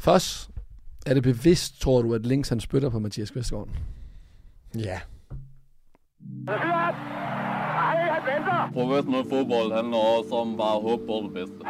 Foss, er det bevidst, tror du, at Links han spytter på Mathias Kvistgaard? Ja. Professionel fodbold handler også om bare at håbe på det bedste.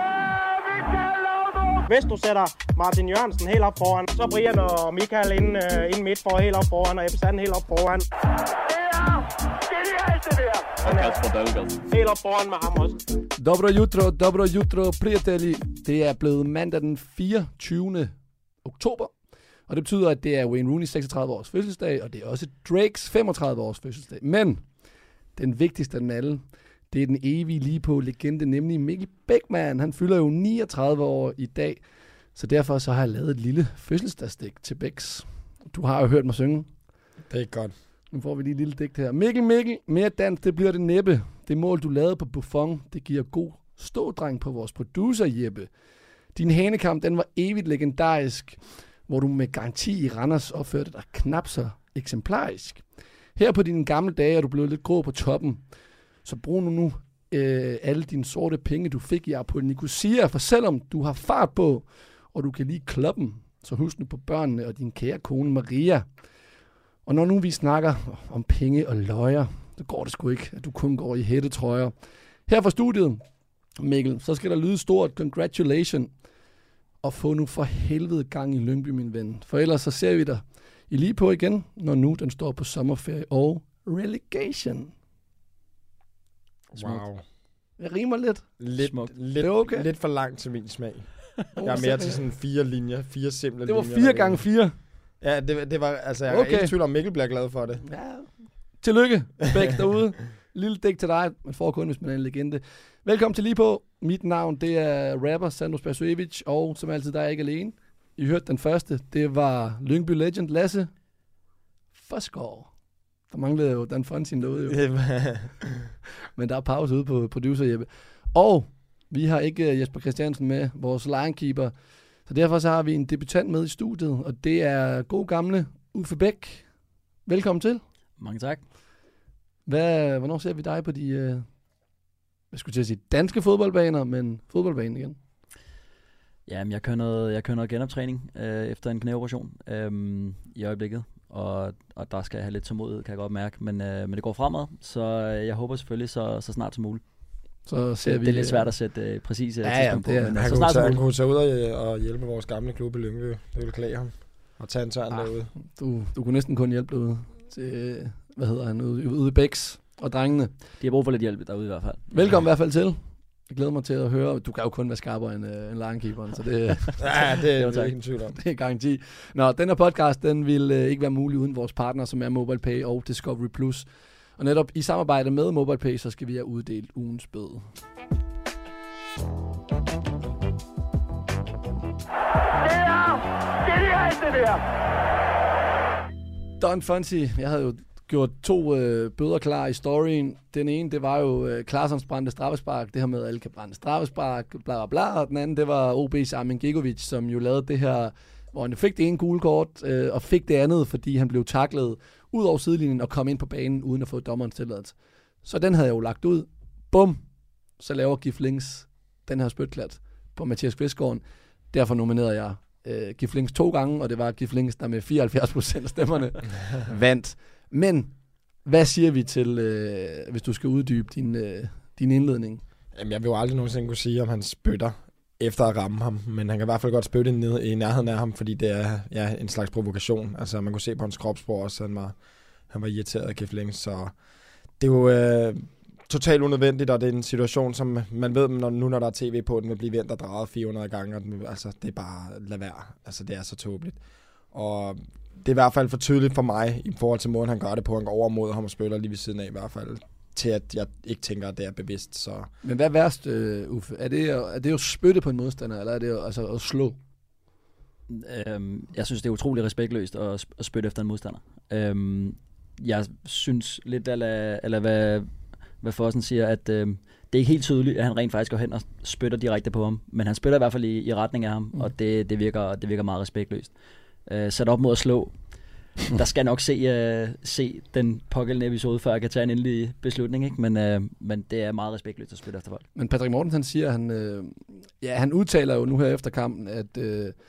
Hvis du sætter Martin Jørgensen helt op foran, så Brian og Michael inden midt for helt op foran, og Ebbe Sand helt op foran. Det er alt det der. Og Kasper Dahlgaard. Helt op foran med ham også. Dobro jutro, prijatelji. Det er blevet mandag den 24. oktober. Og det betyder, at det er Wayne Rooney's 36 års fødselsdag, og det er også Drakes 35 års fødselsdag. Men den vigtigste af dem alle, det er den evige lige på legende, nemlig Mikkel Bäckman. Han fylder jo 39 år i dag, så derfor så har jeg lavet et lille fødselsdagsstik til Becks. Du har jo hørt mig synge. Det er godt. Nu får vi lige et lille digt her. Mikkel, mere dans, det bliver det næppe. Det mål, du lavede på Buffon, det giver god stådreng på vores producer, Jeppe. Din hanekamp, den var evigt legendarisk, hvor du med garanti i Randers opførte dig knap så eksemplarisk. Her på dine gamle dage er du blevet lidt grå på toppen, så brug nu alle dine sorte penge, du fik i Apollo Nicosia, for selvom du har fart på, og du kan lide kloppen, så husk nu på børnene og din kære kone Maria. Og når nu vi snakker om penge og løjer, så går det sgu ikke, at du kun går i hættetrøjer. Her fra studiet, Mikkel, så skal der lyde stort congratulation, og få nu for helvede gang i Lyngby, min ven. For ellers så ser vi dig i lige på igen, når nu den står på sommerferie og relegation. Wow. Jeg rimer lidt. Lidt, okay. lidt for langt til min smag. Jeg er mere til sådan 4 linjer, 4 simple linjer. Det var 4 gange 4. Ja, det var, altså jeg er ikke i tvivl om, Mikkel bliver glad for det. Ja. Tillykke, Bæk derude. Lille digt til dig, man får kun, hvis man er en legende. Velkommen til lige på. Mit navn, det er rapper Sandro Spasojevic, og som altid, der er jeg ikke alene. I hørte den første, det var Lyngby Legend Lasse Forsgaard. Der manglede jo Dan Fonsin derude jo. Men der er pause ude på producer Jeppe. Og vi har ikke Jesper Christiansen med, vores linekeeper. Så derfor så har vi en debutant med i studiet, og det er god gamle Uffe Bæk. Velkommen til. Mange tak. Hvornår ser vi dig på de, jeg skulle til at sige danske fodboldbaner, men fodboldbanen igen? Jamen, jeg kører noget genoptræning efter en knæoperation i øjeblikket, og der skal jeg have lidt tålmodighed, kan jeg godt mærke, men det går fremad, så jeg håber selvfølgelig så snart som muligt. Så ser vi, det er lidt svært at sætte præcis tidspunkt på, men han så snart som muligt. Han kunne tage ud og hjælpe vores gamle klub i Lyngby. Det ville klæde ham. Og tage en tørn derude. Du kunne næsten kun hjælpe derude til, hvad hedder han, ude i Bæks og drengene. De har brug for lidt hjælp derude i hvert fald. Velkommen i hvert fald til. Jeg glæder mig til at høre. Du kan jo kun være skarpere end linekeeperen, så det ja, det er ikke en tvivl om. Det er garanti. Nå, den her podcast, den vil ikke være mulig uden vores partner, som er MobilePay og Discovery Plus. Og netop i samarbejde med MobilePay, så skal vi have uddelt ugens bøde. Det er alt det der. Don Fonsi, jeg havde jo gjort 2 bøder klar i storyen. Den ene, det var jo Klarsons brændte straffespark. Det her med, at alle kan brænde straffespark, bla bla bla. Og den anden, det var OB's Armin Gigovic, som jo lavede det her, hvor han fik det ene gule kort, og fik det andet, fordi han blev tacklet ud over sidelinjen og kom ind på banen, uden at få dommerens tilladelse. Så den havde jeg jo lagt ud. Bum! Så laver Gif Links den her spytklat på Mathias Kvistgaard. Derfor nominerede jeg Gif Links 2 gange, og det var Gif Links, der med 74% af stemmerne vandt. Men hvad siger vi til, hvis du skal uddybe din indledning? Jamen, jeg vil jo aldrig nogensinde kunne sige, om han spytter efter at ramme ham, men han kan i hvert fald godt spytte i nærheden af ham, fordi det er en slags provokation. Altså, man kunne se på hans kropssprog også, han var irriteret af Gif Links, så det er jo totalt unødvendigt, og det er en situation, som man ved, når der er tv på, den vil blive vendt og drejet 400 gange, og altså, det er bare lad være. Altså, det er så tåbeligt. Og det er i hvert fald for tydeligt for mig, i forhold til måden, han gør det på. Han går over mod ham og spiller lige ved siden af i hvert fald, til at jeg ikke tænker, at det er bevidst. Så. Men hvad er værst, Uffe? Er det jo spytte på en modstander, eller er det jo, altså at slå? Jeg synes, det er utrolig respektløst at spytte efter en modstander. Jeg synes lidt, eller hvad Fossen siger, at det er ikke helt tydeligt, at han rent faktisk går hen og spytter direkte på ham. Men han spytter i hvert fald i retning af ham, og det virker meget respektløst. Sat op mod at slå. Der skal nok se den pågældende episode, før jeg kan tage en endelig beslutning, ikke? Men det er meget respektløst at spytte efter folk. Men Patrick Mortensen siger, han udtaler jo nu her efter kampen, at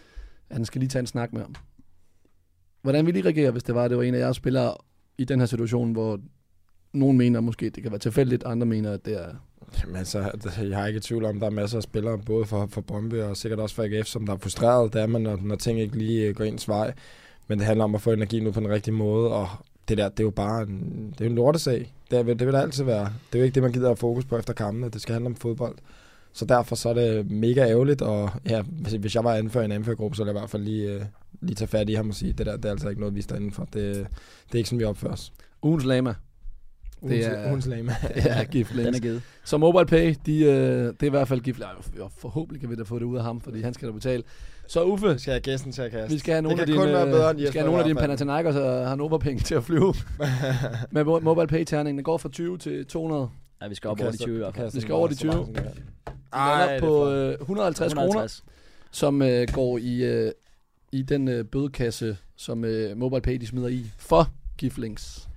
Han skal lige tage en snak med ham. Hvordan vil I reagere, hvis det var en af jeres spillere i den her situation, hvor nogen mener måske, det kan være tilfældigt, andre mener, at det er... Jamen altså, jeg har ikke i tvivl om, der er masser af spillere, både for Brøndby og sikkert også for AGF, som der er frustreret. Det er man, når ting ikke lige går ens vej. Men det handler om at få energien ud på den rigtige måde, og det er jo bare en lortesag. Det vil det altid være. Det er jo ikke det, man gider at fokus på efter kampene. Det skal handle om fodbold. Så derfor så er det mega ærgerligt, og ja, hvis jeg var anfører i en anførergruppe, så ville jeg i hvert fald lige tage fat i ham og sige, det er altså ikke noget, vi står indenfor. Det er ikke sådan, vi opfører os. Ugens lama. Ugens lama. Ja, Giflings. Den er givet. Så MobilePay, det er i hvert fald Giflings. Forhåbentlig kan vi da få det ud af ham, fordi han skal da betale. Så Uffe, skal jeg gæsten til at kaste? Vi skal have nogle af dine Panathinaikos og har Nova-penge til at flyve. Med MobilePay-terningen, den går fra 20 til 200. Ja, vi skal op over de 20 i hvert fald. Vi skal over de 20. Vi lander på 150 kroner, som går i den bødekasse, som MobilePay de smider i for Giflings.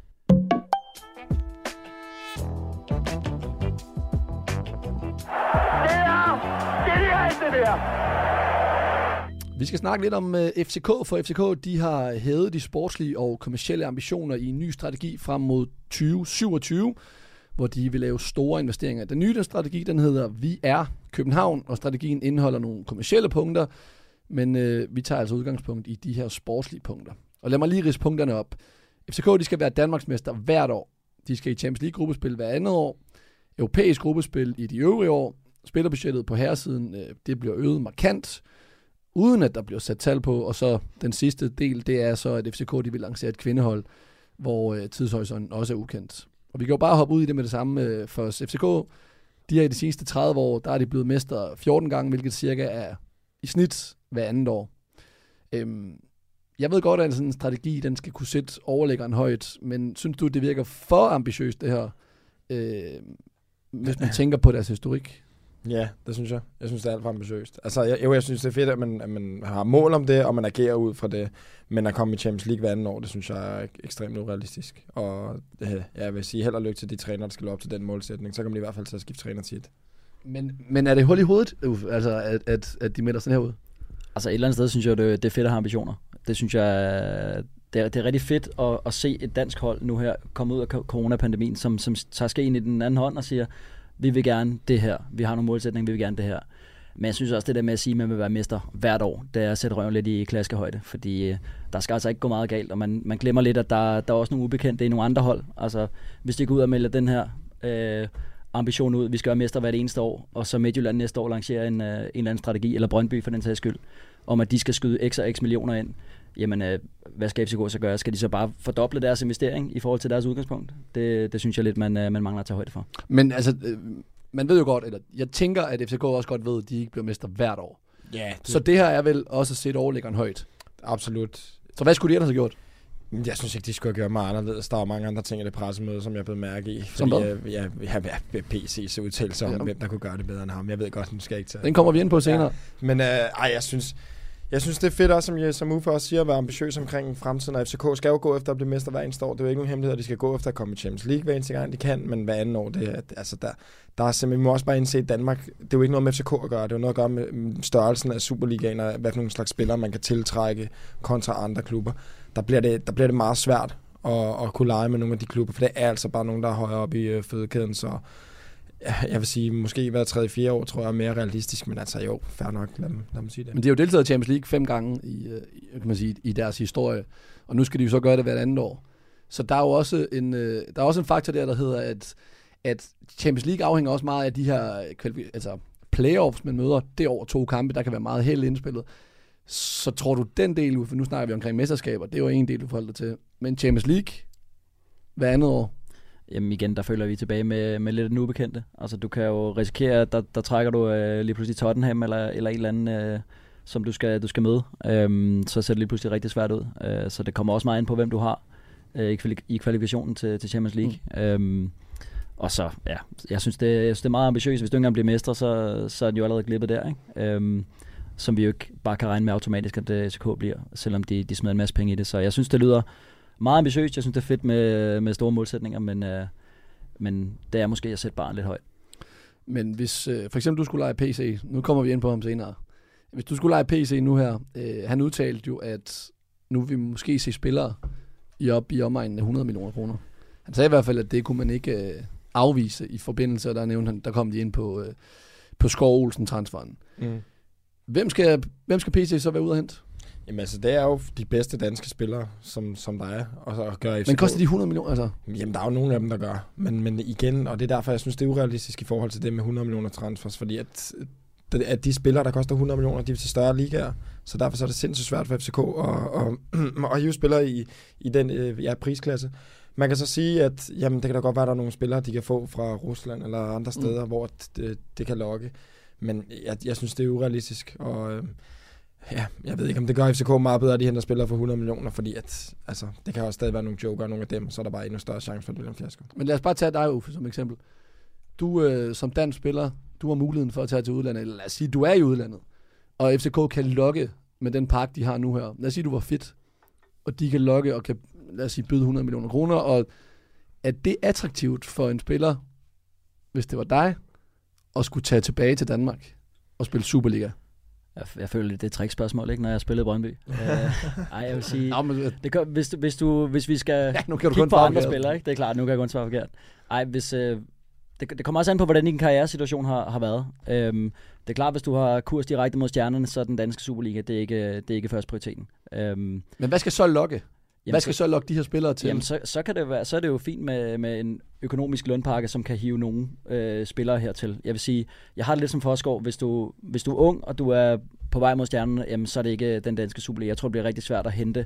Det der. Vi skal snakke lidt om FCK, for FCK de har hævet de sportslige og kommercielle ambitioner i en ny strategi frem mod 2027, hvor de vil lave store investeringer. Den nye strategi, den hedder Vi er København, og strategien indeholder nogle kommercielle punkter, men vi tager altså udgangspunkt i de her sportslige punkter. Og lad mig lige ridse punkterne op. FCK de skal være Danmarksmester hvert år. De skal i Champions League-gruppespil hver andet år. Europæisk gruppespil i de øvrige år. Spillerbudgettet på herresiden, det bliver øget markant, uden at der bliver sat tal på. Og så den sidste del, det er så, at FCK de vil lancere et kvindehold, hvor tidshorisonten også er ukendt. Og vi kan jo bare hoppe ud i det med det samme for os. FCK, de har i de seneste 30 år, der er de blevet mester 14 gange, hvilket cirka er i snit hver andet år. Jeg ved godt, at sådan en strategi, den skal kunne sætte overlæggeren højt, men synes du, det virker for ambitiøst, det her, hvis man tænker på deres historik? Ja, det synes jeg. Jeg synes, det er alt for ambitiøst. Altså, jeg synes, det er fedt, at man har mål om det, og man agerer ud fra det. Men at komme i Champions League hver anden år, det synes jeg er ekstremt urealistisk. Og jeg vil sige held og lykke til de trænere, der skal løbe op til den målsætning. Så kan man i hvert fald til at skifte træner tit. Men er det hul i hovedet, altså, at de melder sådan her ud? Altså et eller andet sted synes jeg, det er fedt at have ambitioner. Det synes jeg, det er rigtig fedt at se et dansk hold nu her komme ud af coronapandemien, som tager skeen i den anden hånd og siger, vi vil gerne det her, vi har nogle målsætninger, vi vil gerne det her. Men jeg synes også, det der med at sige, at man vil være mester hvert år, det er at sætte røven lidt i klaskehøjde, fordi der skal altså ikke gå meget galt, og man glemmer lidt, at der er også nogle ubekendte i nogle andre hold. Altså, hvis de går ud og melder den her ambition ud, vi skal være mester hvert eneste år, og så Midtjylland næste år lancerer en eller anden strategi, eller Brøndby for den sags skyld, om at de skal skyde x og x millioner ind, jamen hvad skal FCK så gøre? Skal de så bare fordoble deres investering i forhold til deres udgangspunkt? Det synes jeg lidt, man mangler at tage højde for. Men altså, man ved jo godt, eller jeg tænker, at FCK også godt ved, at de ikke bliver mester hvert år. Ja. Så det her er vel også at sætte overlæggeren højt? Absolut. Så hvad skulle de ellers have gjort? Jeg synes ikke, de skulle have gjort meget anderledes. Der er mange andre ting i det pressemøde, som jeg blev mærke i. Som hvad? Jeg PC's udtalelse om, hvem der kunne gøre det bedre end ham. Jeg ved godt, den skal ikke tage. Den kommer vi ind på senere. Ja. Men jeg synes, det er fedt også, som Uffe også siger, at være ambitiøs omkring fremtiden. Og FCK skal jo gå efter at blive mester hver eneste år. Det er jo ikke nogen hemmelighed, at de skal gå efter at komme i Champions League hver eneste gang, de kan. Men hver anden år, der er simpelthen, vi må også bare indse, at Danmark, det er jo ikke noget med FCK at gøre. Det er jo noget at gøre med størrelsen af Superligaen, og hvad for nogle slags spillere man kan tiltrække kontra andre klubber. Der bliver det meget svært at kunne lege med nogle af de klubber, for det er altså bare nogen, der er højere oppe i fødekæden, så jeg vil sige, måske hver 3-4 år, tror jeg er mere realistisk, men altså jo, fair nok, lad mig sige det. Men de har jo deltaget i Champions League 5 gange kan man sige, i deres historie, og nu skal de jo så gøre det hvert andet år. Så der er jo også en faktor der hedder, at Champions League afhænger også meget af de her playoffs, man møder. Det er over 2 kampe, der kan være meget held indspillet. Så tror du den del, for nu snakker vi omkring mesterskaber, det er jo en del, du forholder dig til. Men Champions League hver andet år? Jamen igen, der følger vi tilbage med lidt af den ubekendte. Altså du kan jo risikere, at der trækker du lige pludselig Tottenham eller en eller anden, som du skal møde. Så ser det lige pludselig rigtig svært ud. Så det kommer også meget ind på, hvem du har i kvalifikationen til Champions League. Og så, ja, jeg synes, det er meget ambitiøst. Hvis du ikke engang bliver mestre, så er den jo allerede glippet der, ikke? Som vi jo ikke bare kan regne med automatisk, at FCK bliver, selvom de smider en masse penge i det. Så jeg synes, det lyder meget ambitiøst. Jeg synes, det er fedt med store målsætninger, men det er måske at sætte barn lidt højt. Men hvis for eksempel du skulle lege PC, nu kommer vi ind på ham senere, Hvis du skulle lege PC nu her, han udtalte jo, at nu vil vi måske se spillere i omegnen af 100 millioner kroner. Han sagde i hvert fald, at det kunne man ikke afvise i forbindelse, og der nævnte han, der kom de ind på Skov Olsen transferen. Mm. Hvem skal PC så være ude at hente? Jamen altså, det er jo de bedste danske spillere, som der er, og så gør FCK. Men koster de 100 millioner, altså? Jamen, der er jo nogle af dem, der gør. Men igen, og det er derfor, jeg synes, det er urealistisk i forhold til det med 100 millioner transfers, fordi at de spillere, der koster 100 millioner, de er til større ligaer, så derfor så er det sindssygt svært for FCK at hive spillere i den prisklasse. Man kan så sige, at jamen, det kan da godt være, at der er nogle spillere, de kan få fra Rusland eller andre steder, hvor det kan lokke. Men jeg synes, det er urealistisk, og jeg ved ikke, om det gør FCK meget bedre, at de henter spillere for 100 millioner, fordi at, altså, det kan også stadig være nogle joker, nogle af dem, og så er der bare endnu større chance for, at det bliver en fiasko. Men lad os bare tage dig, Uffe, som eksempel. Du som dansk spiller, du har muligheden for at tage til udlandet, eller lad os sige, du er i udlandet, og FCK kan lokke med den pakke, de har nu her. Lad os sige, du var fit, og de kan lokke og kan, lad os sige, byde 100 millioner kroner, og er det attraktivt for en spiller, hvis det var dig, at skulle tage tilbage til Danmark og spille Superliga? Jeg føler, det er et trickspørgsmål, ikke, når jeg spillede i Brøndby. Jeg vil sige, det kan, hvis vi skal kigge på andre spillere, ikke? Det er klart, nu kan jeg kun svare forkert. Det kommer også an på, hvordan din karrieresituation har været. Det er klart, hvis du har kurs direkte mod stjernerne, så er den danske Superliga, det er ikke først prioriteten. Men hvad skal så lokke? Hvad skal så lokke de her spillere til? Jamen, så kan det være, så er det jo fint med en økonomisk lønpakke, som kan hive nogle spillere hertil. Jeg vil sige, jeg har det lidt som Forsgaard. Hvis du er ung, og du er på vej mod stjernerne, jamen, så er det ikke den danske Superliga. Jeg tror, det bliver rigtig svært at hente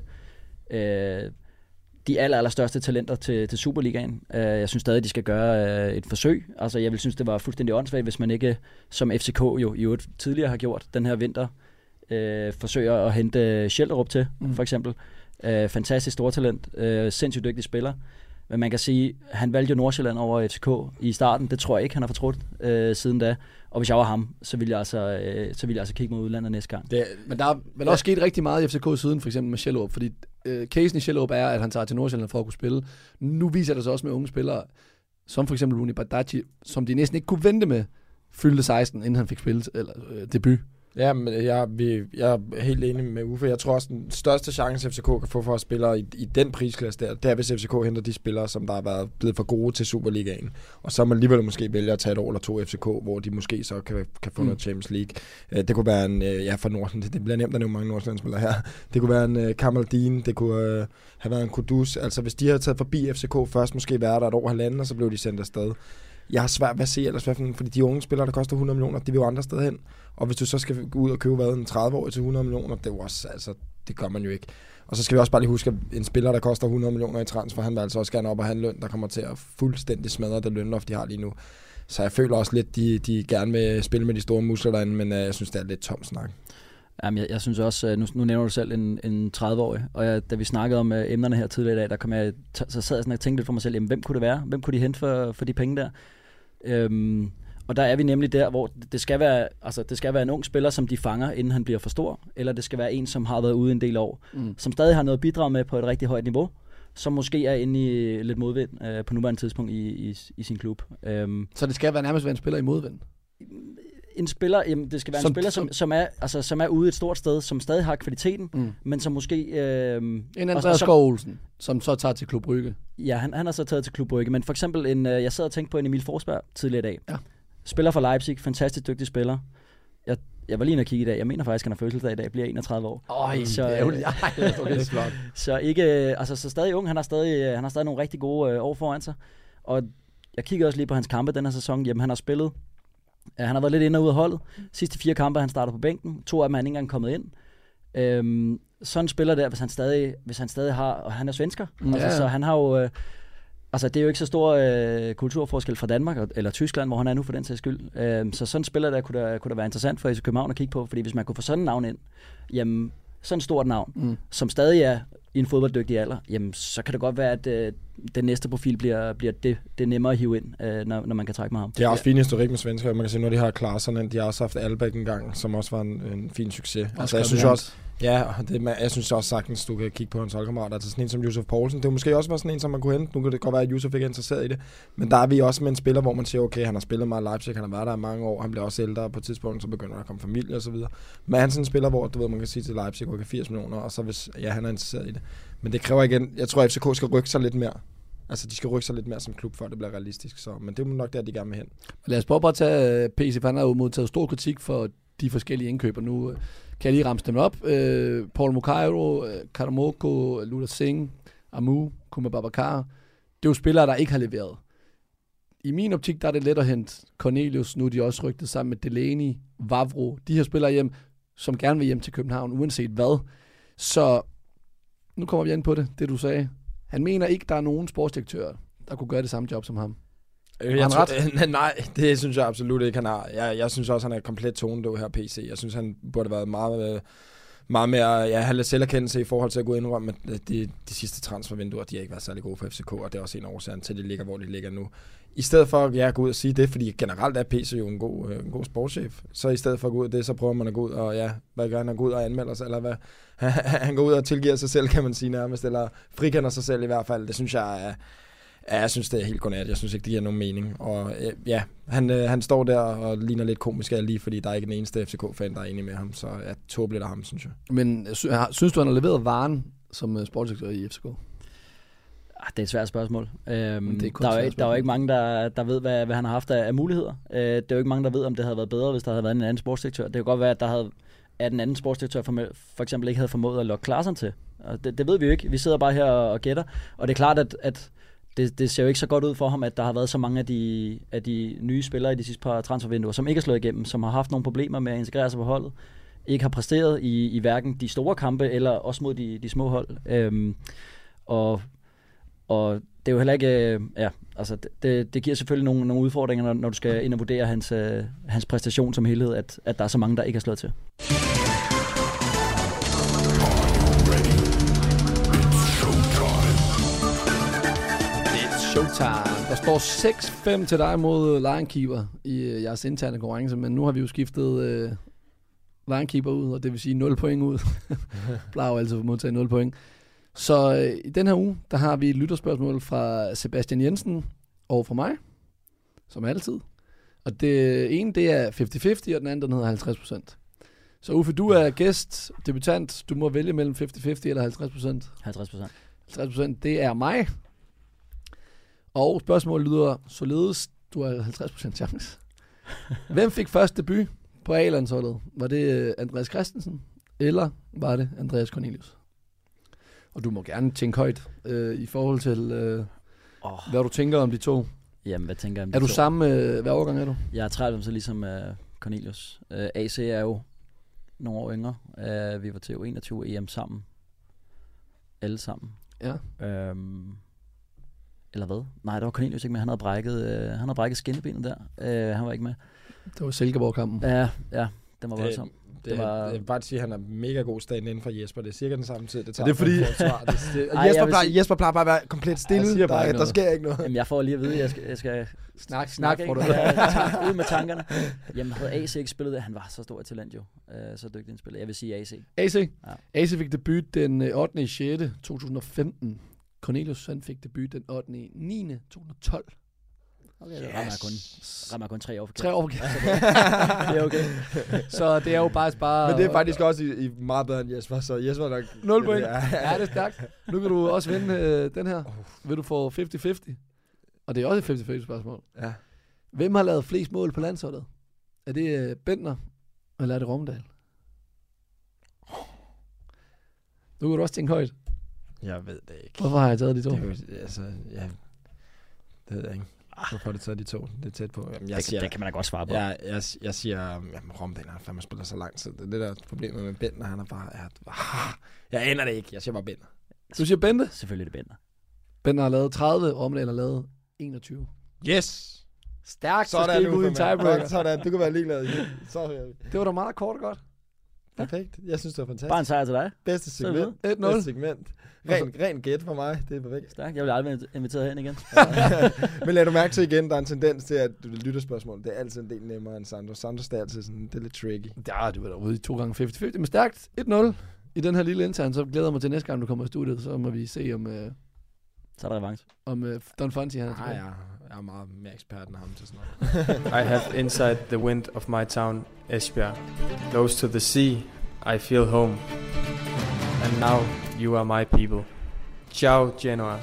de allerstørste talenter til Superligaen. Jeg synes stadig, de skal gøre et forsøg. Altså, jeg vil synes, det var fuldstændig åndssvagt, hvis man ikke, som FCK jo i øvrigt tidligere har gjort, den her vinter, forsøger at hente Schelderup til, for eksempel. Fantastisk stortalent, sindssygt dygtig spiller. Men man kan sige, han valgte jo Nordsjælland over FCK i starten. Det tror jeg ikke, han har fortrudt siden da. Og hvis jeg var ham, så ville jeg altså kigge mod udlandet næste gang. Men der er vel også sket rigtig meget i FCK siden, for eksempel med Schellerup, fordi casen i Schellerup er, at han tager til Nordsjælland for at kunne spille. Nu viser det sig også med unge spillere, som for eksempel Rooney Badaji, som de næsten ikke kunne vente med, fyldte 16, inden han fik spillet eller debut. Ja, men jeg er helt enig med Uffe. Jeg tror også, den største chance, FCK kan få for at spille i den prisklasse der, det er, hvis FCK henter de spillere, som der har været blevet for gode til Superligaen. Og så man alligevel måske vælge at tage et år eller to FCK, hvor de måske så kan få noget Champions League. Det kunne være en, for Nordsjælland, det bliver nemt at nævne mange Nordsjælland-spillere her. Det kunne være en Kamaldin, det kunne have været en Kudus. Altså hvis de havde taget forbi FCK først, måske været der et år halvanden, og så blev de sendt afsted. Jeg har svært ved at se ellers, fordi de unge spillere, der koster 100 millioner, de vil jo andre steder hen. Og hvis du så skal gå ud og købe en 30-årig til 100 millioner, det er jo også, altså, det gør man jo ikke. Og så skal vi også bare lige huske, at en spiller, der koster 100 millioner i transfer, han vil altså også gerne op og have en løn, der kommer til at fuldstændig smadre det lønloft, de har lige nu. Så jeg føler også lidt, de gerne vil spille med de store muskler derinde, men jeg synes, det er lidt tom snak. Jamen, jeg synes også, nu nævner du selv en 30-årig, og da vi snakkede om emnerne her tidligere i dag, der kom jeg, så sad jeg sådan og tænkte lidt for mig selv, jamen, hvem kunne det være? Hvem kunne de hente for de penge der? Og der er vi nemlig der, hvor det skal være en ung spiller, som de fanger, inden han bliver for stor, eller det skal være en, som har været ude en del år, som stadig har noget at bidrage med på et rigtig højt niveau, som måske er inde i lidt modvind på nuværende tidspunkt i sin klub. Så det skal nærmest være en spiller i modvind? En spiller, jamen, det skal være en spiller, som er ude et stort sted, som stadig har kvaliteten, men som måske... en Andreas Skov Olsen, som så tager til Klub Brygge. Ja, han har så taget til Klub Brygge, men for eksempel, jeg sad og tænkte på en Emil Forsberg tidligere i dag. Ja. Spiller for Leipzig, fantastisk dygtig spiller. Jeg var lige inde og kigge i dag. Jeg mener faktisk, han har fødselsdag i dag, bliver 31 år. Så det er flot. Så ikke, så stadig ung. Han har stadig nogle rigtig gode år foran sig. Og jeg kiggede også lige på hans kampe den her sæson. Jamen, han har spillet. Han har været lidt inde og ud af holdet. Sidste 4 kampe, han starter på bænken. 2 af dem er han ikke engang kommet ind. Sådan spiller der, hvis han stadig har, og han er svensker. Så han har jo... det er jo ikke så stor kulturforskel fra Danmark eller Tyskland, hvor han er nu for den sags skyld. Så sådan en spiller der kunne der være interessant for FC København at kigge på, fordi hvis man kunne få sådan en navn ind, jamen sådan et stort navn, som stadig er i en fodbolddygtig alder, jamen så kan det godt være, at den næste profil bliver det nemmere at hive ind, når man kan trække med ham. Det er også fin historik med svensker. Man kan se, når de har Klarsson, de har også haft Albeck en gang, som også var en fin succes. Altså, Ja, og jeg synes også sagtens, du kan kigge på hans holdkammerater. Altså sådan en som Josef Poulsen. Det er måske også sådan en, som man kunne hente. Nu kan det godt være, at Josef ikke er interesseret i det. Men der er vi også med en spiller, hvor man siger, okay, han har spillet meget i Leipzig, han har været der i mange år, han bliver også ældre på et tidspunkt, så begynder der at komme familie og så videre. Men han er sådan en spiller, hvor du ved, man kan sige til Leipzig, okay, 80 millioner, og så hvis han er interesseret i det. Men det kræver igen, jeg tror, at FCK skal rykke sig lidt mere. Altså, de skal rykke sig lidt mere som klub, for at det bliver realistisk. Så, men det er nok der, de gerne vil hen. Lad os bare tage PC, for han har jo modtaget stor kritik for de forskellige indkøber. Nu kan jeg lige ramse dem op. Paul Mukairo, Karamoko, Luda Singh, Amu, Kuma Babacar. Det er jo spillere, der ikke har leveret. I min optik, der er det let at hente Cornelius. Nu er de også rygtet sammen med Delaney, Vavro. De her spillere hjem, som gerne vil hjem til København, uanset hvad. Så nu kommer vi ind på det du sagde. Han mener ikke, der er nogen sportsdirektør, der kunne gøre det samme job som ham. Nej, det synes jeg absolut ikke, han har. Jeg synes også, han er komplet tonedøv her, PC. Jeg synes, han burde have været meget mere have lidt selverkendelse i forhold til at gå indrømme, at de sidste transfervinduer, de har ikke været særlig gode for FCK, og det er også en årsag til, at de ligger, hvor de ligger nu. I stedet for at gå ud og sige det, fordi generelt er PC jo en god sportschef, så i stedet for at gå ud af det, så prøver man at gå ud og, hvad gør han, gå ud og anmelder sig, eller hvad? Han går ud og tilgiver sig selv, kan man sige nærmest, eller frikender sig selv i hvert fald. Det synes jeg jeg synes, det er helt godnat. Jeg synes ikke, det giver nogen mening. Og han står der og ligner lidt komisk lige, fordi der er ikke den eneste FCK-fan, der er enig med ham. Så jeg tåbeligt af ham, synes jeg. Men synes du, han har leveret varen som sportsdirektør i FCK? Det er et svært spørgsmål. Der er jo ikke mange, der ved, hvad han har haft af muligheder. Det er jo ikke mange, der ved, om det havde været bedre, hvis der havde været en anden sportsdirektør. Det kan godt være, at den anden sportsdirektør for eksempel ikke havde formået at lokke Klaassen til. Og det ved vi jo ikke. Vi sidder bare her og gætter. Og det er klart, at det ser jo ikke så godt ud for ham, at der har været så mange af de nye spillere i de sidste par transfervinduer, som ikke er slået igennem, som har haft nogle problemer med at integrere sig på holdet, ikke har præsteret i hverken de store kampe, eller også mod de små hold. Og det er jo heller ikke... det giver selvfølgelig nogle udfordringer, når du skal ind og vurdere hans præstation som helhed, at der er så mange, der ikke har slået til. Showtime. Der står 6-5 til dig mod Linekeeper i jeres interne konkurrence, men nu har vi jo skiftet Linekeeper ud, og det vil sige 0 point ud. Plejer jo altid at modtage 0 point. Så i den her uge, der har vi et lytterspørgsmål fra Sebastian Jensen og fra mig, som altid. Og det ene, det er 50-50, og den anden, den hedder 50%. Så Uffe, du er gæst, debutant. Du må vælge mellem 50-50 eller 50%. 50%. 50%, det er mig. Og spørgsmålet lyder således, du har 50% chance. Hvem fik først debut på A-landsholdet? Var det Andreas Christensen, eller var det Andreas Cornelius? Og du må gerne tænke højt i forhold til, hvad du tænker om de to. Jamen, hvad tænker jeg om de to? Er du samme, hvad årgang er du? Jeg er 30, så ligesom Cornelius. AC er jo nogle år yngre. Vi var til U21 EM sammen. Alle sammen. Ja. Eller hvad? Nej, det var Cornelius ikke med. Han havde brækket skinnebenet der. Han var ikke med. Det var Silkeborg-kampen. Ja, den var voldsom. Jeg vil bare sige, at han er mega god stand inden for Jesper. Det er cirka den samme tid, det tager. Det er fordi... Jesper plejer bare at være komplet stille. Der sker ikke noget. Jamen, jeg får lige at vide, at jeg skal snak får du. Ud med tankerne. Jamen, havde AC ikke spillet det? Han var så stor et talent jo. Så dygtig en spiller. Jeg vil sige AC. AC? Ja. AC fik debut den 8. 6. 2015. Cornelius han fik debut den 8. 9. 2012. Okay, det rammer kun 3 år forkert. 3 år forkert. Det er okay. Så det er jo bare... Men det er faktisk også i meget bedre end Jesper, så Jesper nok... 0 point. Ja, det er stærkt. Nu kan du også vinde den her. Vil du få 50-50? Og det er også et 50-50 spørgsmål. Ja. Hvem har lavet flest mål på landsholdet? Er det Bentner, eller er det Romdal? Nu kan du også tænke højt. Jeg ved det ikke. Hvorfor har jeg taget de to? Det ved jeg ikke. Hvorfor har du taget de to? Det er tæt på. Jamen, det kan man da godt svare på. Jeg siger, Romdal har fandme spillet så lang tid. Det der er problemet med Bentner, han er bare... Jeg aner det ikke. Jeg siger bare Bentner. Du siger Bente? Selvfølgelig det Bentner. Bentner har lavet 30, Romdal har lavet 21. Yes! Stærkt, så skal ikke ud i en tiebreaker. Sådan, du kan være ligeglad. Det var da meget kort og godt. Perfekt. Jeg synes, det var fantastisk. Bare en sejr til dig. Bedste segment. 1-0. Bedste segment. Ren gæt for mig. Det er perfekt. Stærkt. Jeg vil aldrig invitere hen igen. Men lad du mærke til igen, der er en tendens til, at du lytter spørgsmål. Det er altid en del nemmere end Sandro. Sandro er altid sådan, det er lidt tricky. Ja, du var derude i 2 gange 50-50, men stærkt. 1-0. i den her lille intern, så glæder jeg mig til næste gang, du kommer i studiet, så må vi se om... Så er der revanche. Om Don Fonsi, han er Nej, tilbage. jeg er meget mere ekspert end ham til sådan noget. I have inside the wind of my town, Esbjerg. Close to the sea, I feel home. And now you are my people. Ciao, Genoa.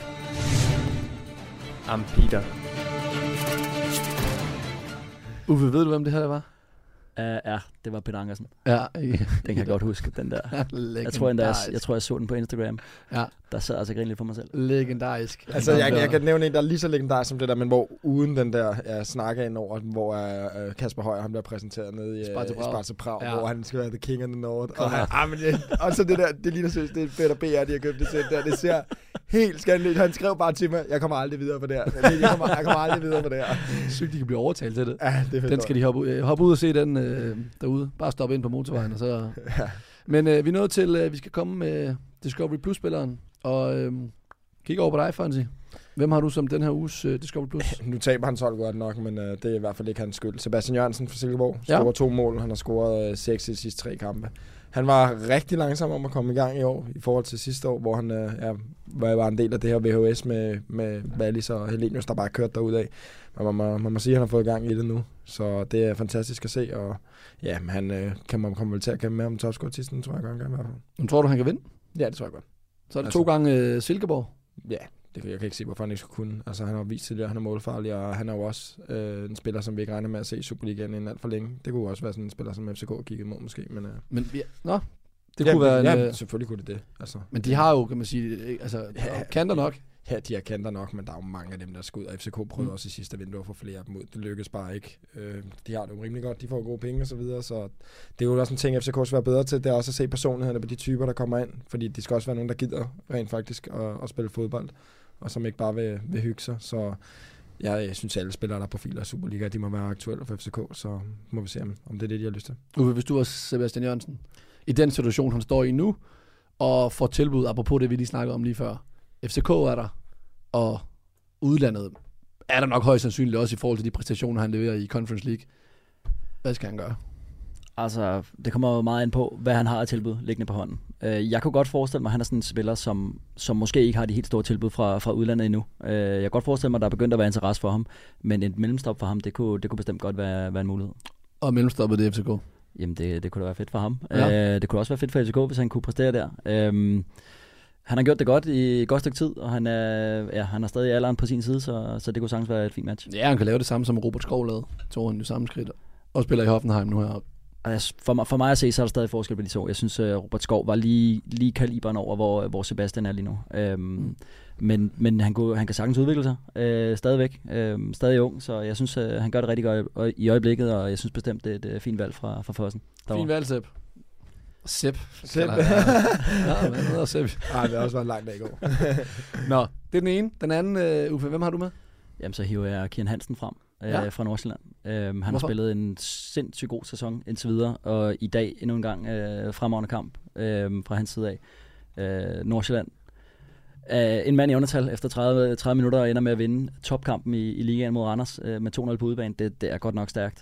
I'm Peter. Uffe, ved du, hvem det her var? Ja, det var Peter Ankersen. Ja, Den kan jeg godt huske, den der. Jeg tror, jeg så den på Instagram. Ja. Der sad altså og grinede lidt for mig selv. Legendarisk. Altså, jeg kan nævne en, der er lige så legendarisk som det der, men hvor uden den der snakker ind over, hvor Kasper Højer, han bliver præsenteret nede i Sparta Prag, hvor han skal være the king of the north. Og så det der, det ligner seriøst, det er Peter BR, de har købt det sæt der. Det ser helt skandaløst. Han skrev bare til mig, jeg kommer aldrig videre på det her. Jeg kommer aldrig videre på det her. Sygt, de kan blive overtalt til det. Ja, det er fedt. Den skal de hoppe ud og se den derude. Bare stoppe ind på motorvejen. Og så. Men vi er nået til, vi skal komme med Discovery Plus-spilleren. Og kigge over på dig, Fonsi. Hvem har du som den her uges Discovery Plus? Nu taber han 12 godt nok, men det er i hvert fald ikke hans skyld. Sebastian Jørgensen fra Silkeborg scorer 2 mål. Han har scoret 6 i de sidste 3 kampe. Han var rigtig langsom om at komme i gang i år, i forhold til sidste år, hvor han var en del af det her VHS med Wallis og Helenius, der bare kørte derudad. Men man må sige, at han har fået gang i det nu. Så det er fantastisk at se, og ja, han kommer vel til at kæmpe med om topscore-titlen, tror jeg godt, han kan i hvert fald. Men tror du, han kan vinde? Ja, det tror jeg godt. Så er det 2 gange Silkeborg? Ja, jeg kan ikke se, hvorfor han ikke skulle kunne. Altså, han har vist tidligere, at han er målfarlig, og han er jo også en spiller, som vi ikke regner med at se i Superligaen inden alt for længe. Det kunne også være sådan en spiller, som FCK kiggede mod måske. Men det kunne være ja, selvfølgelig kunne det. Altså. Men de har jo, kan man sige, kanter nok. Ja, de har kanter nok, men der er jo mange af dem, der skal ud. Og FCK prøvede også i sidste vindue at få flere af dem ud. Det lykkedes bare ikke. De har det jo rimelig godt. De får gode penge og så videre. Så det er jo også en ting, FCK skal være bedre til. Det er også at se personlighederne på de typer, der kommer ind. Fordi det skal også være nogen, der gider rent faktisk at spille fodbold. Og som ikke bare vil hygge sig. Så jeg synes, alle spillere, der er profiler i Superliga, de må være aktuelle for FCK. Så må vi se, om det er det, de har lyst til. Hvis du var Sebastian Jørgensen, i den situation, han står i nu, og får tilbud, apropos det, vi lige snakkede om lige før. FCK er der, og udlandet er der nok højst sandsynligt også i forhold til de præstationer, han leverer i Conference League. Hvad skal han gøre? Altså, det kommer jo meget ind på, hvad han har af tilbud liggende på hånden. Jeg kunne godt forestille mig, at han er sådan en spiller, som måske ikke har de helt store tilbud fra udlandet endnu. Jeg kan godt forestille mig, at der er begyndt at være interesse for ham, men et mellemstop for ham, det kunne bestemt godt være en mulighed. Og mellemstoppet, det er FCK? Jamen, det kunne da være fedt for ham. Ja. Det kunne også være fedt for FCK, hvis han kunne præstere der. Han har gjort det godt i et godt stykke tid, og han er stadig i alderen på sin side, så det kunne sagtens være et fint match. Ja, han kan lave det samme, som Robert Skov lavede. Tog han jo samme skridt. Og spiller i Hoffenheim nu her. For mig at se, så er der stadig forskel på de to. Jeg synes, Robert Skov var lige kaliberen over, hvor Sebastian er lige nu. Men han kan sagtens udvikle sig stadigvæk. Stadig ung, så jeg synes, han gør det rigtig godt i øjeblikket, og jeg synes bestemt, det er et fint valg fra Fossen. Fint valg, Sepp. Sepp. Sepp. Ja, hvad hedder Sepp? Ej, det har også været en lang dag i går. Nå, det er den ene. Den anden, Uffe, hvem har du med? Jamen, så hiver jeg Kian Hansen frem fra Nordsjælland. Han har spillet en sindssygt god sæson indtil videre, og i dag endnu en gang fremragende kamp fra hans side af. Nordsjælland. En mand i undertal efter 30 minutter ender med at vinde topkampen i ligaen mod Randers med 2-0 på udebane. Det er godt nok stærkt.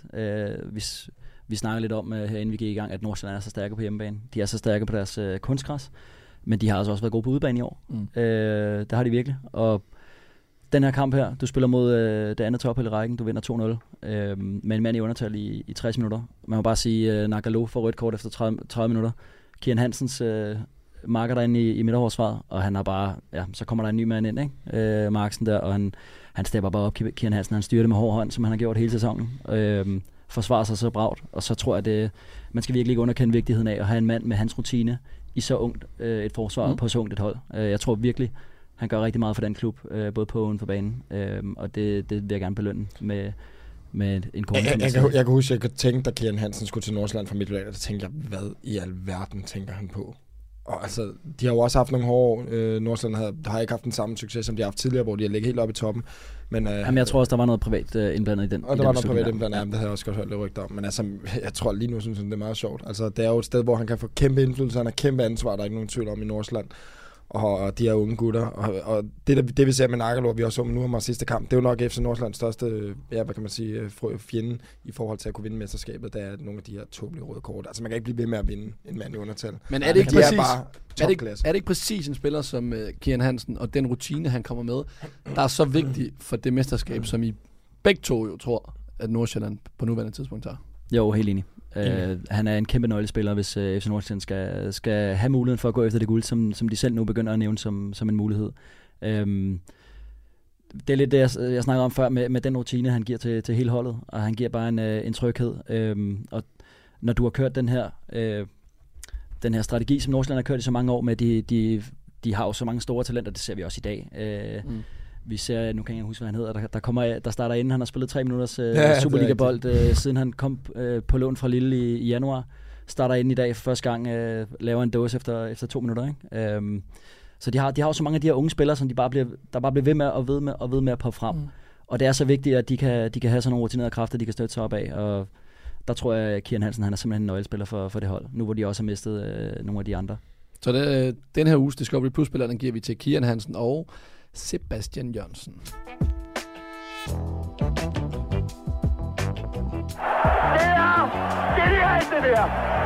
Vi snakker lidt om herinde vi gik i gang, at Nordsjælland er så stærke på hjemmebane. De er så stærke på deres kunstgræs, men de har altså også været gode på udebane i år. Det har de virkelig. Og den her kamp her, du spiller mod det andet tophold i rækken, du vinder 2-0 med en mand i undertal i 60 minutter. Man må bare sige, Nagalo får rødt kort efter 30 minutter. Kian Hansens marker derinde i midterforsvaret, og han har bare, så kommer der en ny mand ind, ikke? Marksen der, og han stepper bare op, Kian Hansen, han styrer det med hård hånd, som han har gjort hele sæsonen. Forsvarer sig så bragt, og så tror jeg, man skal virkelig ikke underkende vigtigheden af at have en mand med hans rutine i så ungt et forsvar på så ungt et hold. Jeg tror virkelig, han gør rigtig meget for den klub, både på og uden for banen, og det vil jeg gerne belønne med en kone. Jeg kan huske, at jeg tænkte, at Kian Hansen skulle til Nordsjælland fra Midtjylland, og der tænkte jeg, hvad i alverden tænker han på? Og altså, de har jo også haft nogle hårde år. Nordsjælland har ikke haft den samme succes, som de har haft tidligere, hvor de har ligget helt oppe i toppen. Men, jeg tror også, der var noget privat indblandet i den. Og der var noget privat indblandet, det havde jeg også godt hørt lidt rygter om. Men altså, jeg tror lige nu, synes jeg, det er meget sjovt. Altså, det er jo et sted, hvor han kan få kæmpe indflydelse, han har kæmpe ansvar, der er ikke nogen tvivl om i Nordsjælland. og de her unge gutter. Og det vi ser med Nakkerlor, vi også så med nu om sidste kamp, det er jo nok FC Nordsjællands største, hvad kan man sige, fjende i forhold til at kunne vinde mesterskabet. Der er nogle af de her tåbelige røde kort. Altså man kan ikke blive ved med at vinde en mand i undertal. Men er det ikke præcis, er det ikke præcis en spiller som Kian Hansen og den rutine, han kommer med, der er så vigtig for det mesterskab, som I begge to jo tror, at Nordsjælland på nuværende tidspunkt tager? Jo, helt enig. Han er en kæmpe nøglespiller, hvis FC Nordsjælland skal have muligheden for at gå efter det guld, som de selv nu begynder at nævne som en mulighed. Det er lidt det, jeg snakker om før, med den rutine, han giver til hele holdet, og han giver bare en tryghed. Og når du har kørt den her strategi, som Nordsjælland har kørt i så mange år med, de har jo så mange store talenter, det ser vi også i dag. Vi ser, nu kan jeg ikke huske, hvad han hedder, der starter inden, han har spillet 3 minutters Superliga-bold, siden han kom på lån fra Lille i januar. Starter inden i dag for første gang, laver en dåse efter 2 minutter. Ikke? Så de har jo så mange af de her unge spillere, som der bare bliver ved med at poppe frem. Og det er så vigtigt, at de kan have sådan nogle rutinerede kræfter, de kan støtte sig op af. Og der tror jeg, at Kian Hansen han er simpelthen en nøglespiller for det hold, nu hvor de også har mistet nogle af de andre. Så den her uges Discovery Plus-spiller, den giver vi til Kian Hansen og Sebastian Jørgensen. Det der!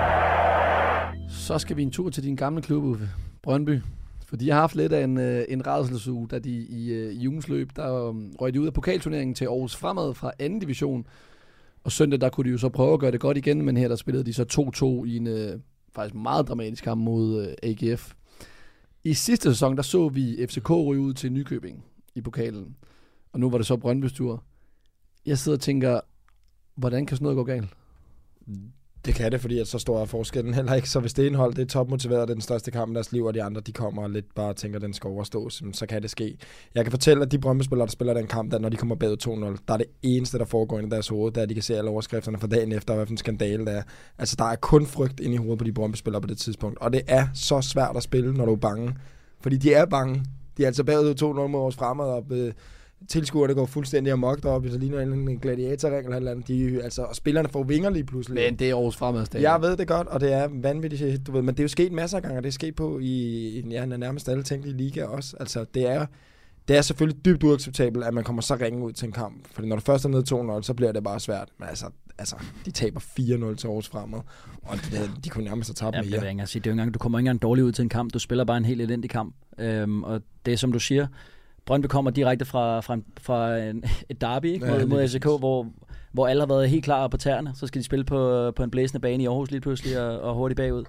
Så skal vi en tur til din gamle klub, Uffe. Brøndby. For de har haft lidt af en rædselsuge, da de i ugens løb, der røg de ud af pokalturneringen til Aarhus Fremad fra 2. division. Og søndag, der kunne de jo så prøve at gøre det godt igen, men her der spillede de så 2-2 i en faktisk meget dramatisk kamp mod AGF. I sidste sæson, der så vi FCK ryge ud til Nykøbing i pokalen. Og nu var det så Brøndbys tur. Jeg sidder og tænker, hvordan kan sådan noget gå galt? Det kan det, fordi at så stor er forskellen heller ikke. Så hvis det hold, det er topmotiveret, det er den største kamp i deres liv, og de andre, de kommer og lidt bare tænker, at den skal overstås, så kan det ske. Jeg kan fortælle, at de Brøndby-spillere, der spiller den kamp, der, når de kommer bagud 2-0, der er det eneste, der foregår inde i deres hoved, der de kan se alle overskrifterne fra dagen efter, hvad for en skandale der er. Altså, der er kun frygt inde i hovedet på de Brøndby-spillere på det tidspunkt. Og det er så svært at spille, når du er bange. Fordi de er bange. De er altså bagud 2-0 mod vores fremad, og tilskuerne går fuldstændig amok deroppe, så ligner en gladiatorring eller andet. Og spillerne får vinger lige pludselig. Men det er Aarhus Fremad stadig. Jeg ved det godt, og det er vanvittigt, du ved, men det er jo sket masser af gange, og det er sket på i nærmest alle tænkelige ligaer også. Altså, det er selvfølgelig dybt uacceptabelt, at man kommer så ringe ud til en kamp. Fordi når du først er nede 2-0, så bliver det bare svært. Men altså de taber 4-0 til Aarhus Fremad, og de kunne nærmest have tabt mere. Det er jo engang, du kommer ikke engang dårligt ud til en kamp. Du spiller bare en helt elendig kamp. Og det er som du siger, Brøndby kommer direkte fra et derby, ikke? Mod FCK, hvor alle har været helt klar på tæerne. Så skal de spille på en blæsende bane i Aarhus lige pludselig og hurtigt bagud.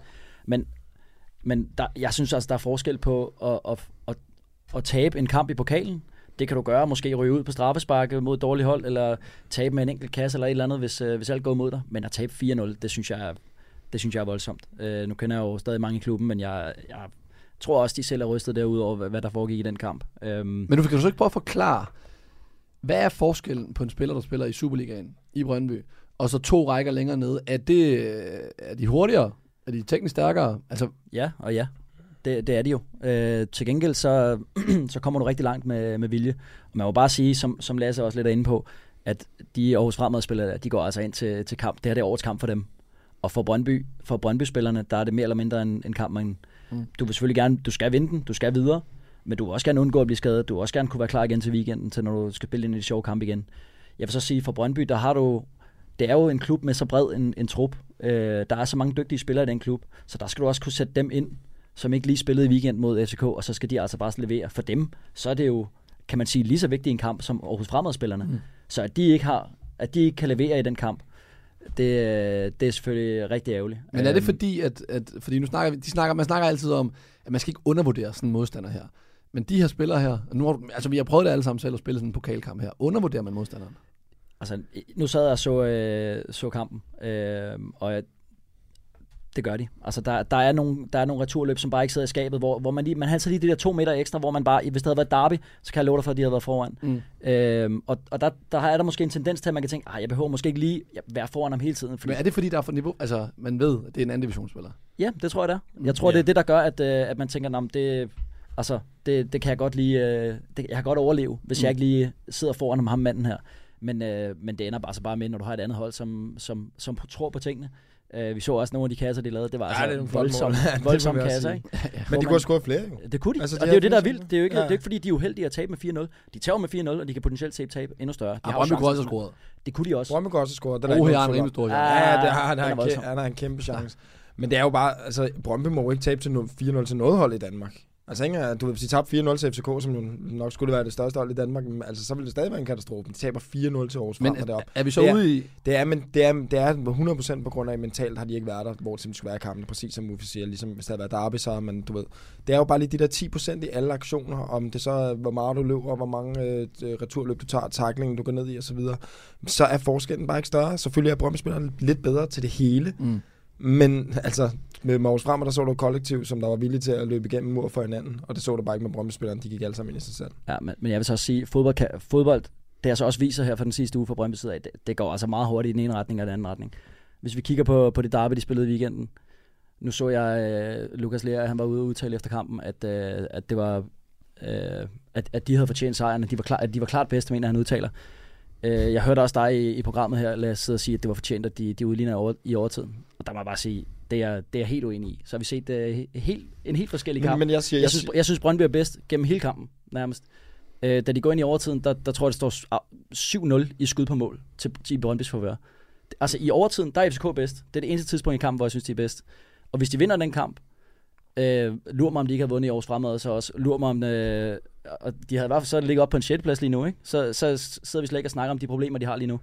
Men jeg synes altså, der er forskel på at tabe en kamp i pokalen. Det kan du gøre, måske ryge ud på straffespark mod et dårligt hold, eller tabe med en enkelt kasse eller et eller andet, hvis alt går mod dig. Men at tabe 4-0, det synes jeg er voldsomt. Nu kender jeg jo stadig mange i klubben, men jeg tror også, de selv er rystet derude over, hvad der foregik i den kamp. Men du kan så ikke prøve at forklare, hvad er forskellen på en spiller, der spiller i Superligaen i Brøndby, og så 2 rækker længere nede? Er de hurtigere? Er de teknisk stærkere? Altså... Ja, og ja. Det er de jo. Til gengæld, så kommer du rigtig langt med vilje. Og man må bare sige, som Lasse også lidt er inde på, at de Aarhus Fremad-spillere, de går altså ind til kamp. Det her det er årets kamp for dem. Og for Brøndby-spillerne, der er det mere eller mindre en kamp, du vil selvfølgelig gerne, du skal vinde den, du skal videre, men du vil også gerne undgå at blive skadet, du vil også gerne kunne være klar igen til weekenden, til når du skal spille ind i de sjove kamp igen. Jeg vil så sige, for Brøndby, der har du, det er jo en klub med så bred en trup. Der er så mange dygtige spillere i den klub, så der skal du også kunne sætte dem ind, som ikke lige spillede i weekend mod FCK, og så skal de altså bare levere. For dem, så er det jo, kan man sige, lige så vigtig en kamp som Aarhus Fremad-spillerne. Så at de ikke kan levere i den kamp, det er selvfølgelig rigtig ærgerligt. Men er det fordi, fordi nu man snakker altid om, at man skal ikke undervurdere sådan en modstander her. Men de her spillere her, vi har prøvet det alle sammen selv at spille sådan en pokalkamp her. Undervurderer man modstanderen? Altså, nu sad jeg og så kampen, og det gør de. Altså, der er nogle returløb, som bare ikke sidder i skabet, hvor man har altid lige de der 2 meter ekstra, hvor man bare, hvis det havde været derby, så kan jeg love dig for, at de havde været foran. Og der er der måske en tendens til, at man kan tænke, jeg behøver måske ikke lige være foran ham hele tiden. Men er det fordi, der er for niveau? Altså, man ved, at det er en anden divisionsspiller? Ja, det tror jeg, det er. Jeg tror, det er det, der gør, at man tænker, det kan jeg godt lige, jeg kan godt overleve, hvis jeg ikke lige sidder foran ham manden her. Men det ender bare med, når du har et andet hold, som tror på tingene, Vi så også nogle af de kasser, de lavede. Det var det er nogle flotte voldsomme mål. voldsomme Det må vi også kasser, sige. ikke? Men de kunne have scoret flere, jo. Det kunne de, Altså, og det er jo det, der er fuldstændig- vildt. Det er jo ikke, Ja. det er ikke fordi, de er uheldige at tabe med 4-0. De tager med 4-0, og de kan potentielt tabe endnu større. De har jo Brøndby kunne chancen. også have scoret. Det kunne de også. Brøndby kunne også have scoret. Det er der Rohe ikke har en nogen rimelig tvivl stor om. chance. Ja, det har den er voldsom. han har en kæmpe chance. Men det er jo bare, altså, Brøndby må jo ikke tabe til 4-0 til noget hold i Danmark. Altså ikke, du ved, hvis de tabte 4-0 til FCK, som jo nok skulle være det største hold i Danmark, men altså, så ville det stadig være en katastrofe. De taber 4-0 til Aarhus Fremad deroppe. Er vi så Det er- ude i... Det er 100% på grund af, mentalt har de ikke været der, hvor de skulle være i kampen, præcis som Uffe siger, ligesom hvis der havde været derby, så men du ved, det er jo bare lige de der 10% i alle aktioner, om det så er, hvor meget du løber, hvor mange returløb du tager, tackling du går ned i osv., så er forskellen bare ikke større. Selvfølgelig er Brøndby-spillerne lidt bedre til det hele, men altså, med Aarhus Fremad, der så du et kollektiv, som der var villige til at løbe igennem mur for hinanden, og det så du bare ikke med Brøndby-spillerne, de gik alle sammen ind i sig selv. Ja, men jeg vil så også sige, fodbold, det jeg så også viser her for den sidste uge fra Brøndby side af, det går altså meget hurtigt i den ene retning og den anden retning. Hvis vi kigger på det derby, de spillede i weekenden, nu så jeg Lukas Lea, han var ude og udtale efter kampen, at det var, at de havde fortjent sejren, at de var klart bedste, mener han udtaler. Jeg hørte også dig i programmet her, lad os sidde og sige, at det var fortjent, at de udligner i overtiden. Og der må jeg bare sige, det er helt uenig i. Så har vi set en helt forskellig kamp. Men jeg synes, Brøndby er bedst gennem hele kampen, nærmest. Da de går ind i overtiden, der tror jeg, det står 7-0 i skud på mål til Brøndbys favør. Altså i overtiden, der er FCK bedst. Det er det eneste tidspunkt i kampen, hvor jeg synes, de er bedst. Og hvis de vinder den kamp, lurer mig, om de ikke har vundet i Aarhus Fremad, så også lurer mig, om og de havde i hvert fald så ligget op på en 6. plads lige nu, ikke? Så sidder vi slet ikke og snakker om de problemer, de har lige nu.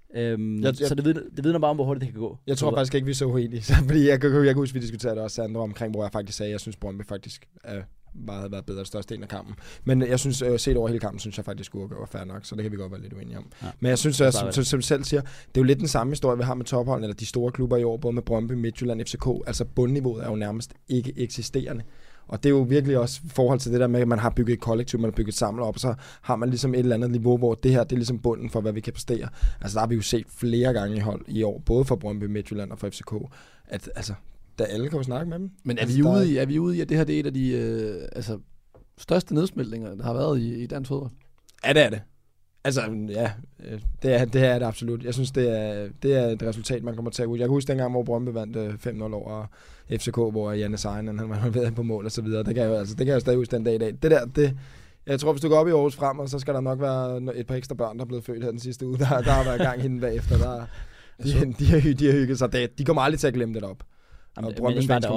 Så det vidner bare om, hvor hurtigt det kan gå. Jeg tror faktisk ikke, vi er så uenige. Fordi jeg kan huske, vi diskuterede det også Sandro omkring, hvor jeg faktisk sagde, at jeg synes, Brøndby faktisk havde været bedre største del af kampen. Men jeg synes, set over hele kampen, synes jeg faktisk, at var fair nok, så det kan vi godt være lidt uenige om. Ja. Men jeg synes, som du selv siger, det er jo lidt den samme historie, vi har med topholdene, eller de store klubber i år, både med Brøndby, Midtjylland, FCK. Altså bundniveauet er jo nærmest ikke eksisterende. Og det er jo virkelig også i forhold til det der med, at man har bygget et kollektiv, man har bygget et samler op, og så har man ligesom et eller andet niveau, hvor det her, det er ligesom bunden for, hvad vi kan præstere. Altså der har vi jo set flere gange i hold i år, både for Brøndby, Midtjylland og for FCK, at altså, der alle kan jo snakke med dem. Men er altså, vi ude i, at det her det er et af de største nedsmeltninger, der har været i dansk fodbold? Ja, det er det. Altså, ja, det er det absolut. Jeg synes, det er et resultat, man kommer til at ud. Jeg kan huske dengang, hvor Brøndby vandt 5-0 over FCK, hvor Janne Seinen, han var involveret på mål og så videre. Det kan jeg jo stadig huske den dag i dag. Jeg tror, hvis du går op i Aarhus Fremad, så skal der nok være et par ekstra børn, der er blevet født her den sidste uge. Der har været gang hende bagefter. De har hygget sig. De kommer aldrig til at glemme det op. Jamen, det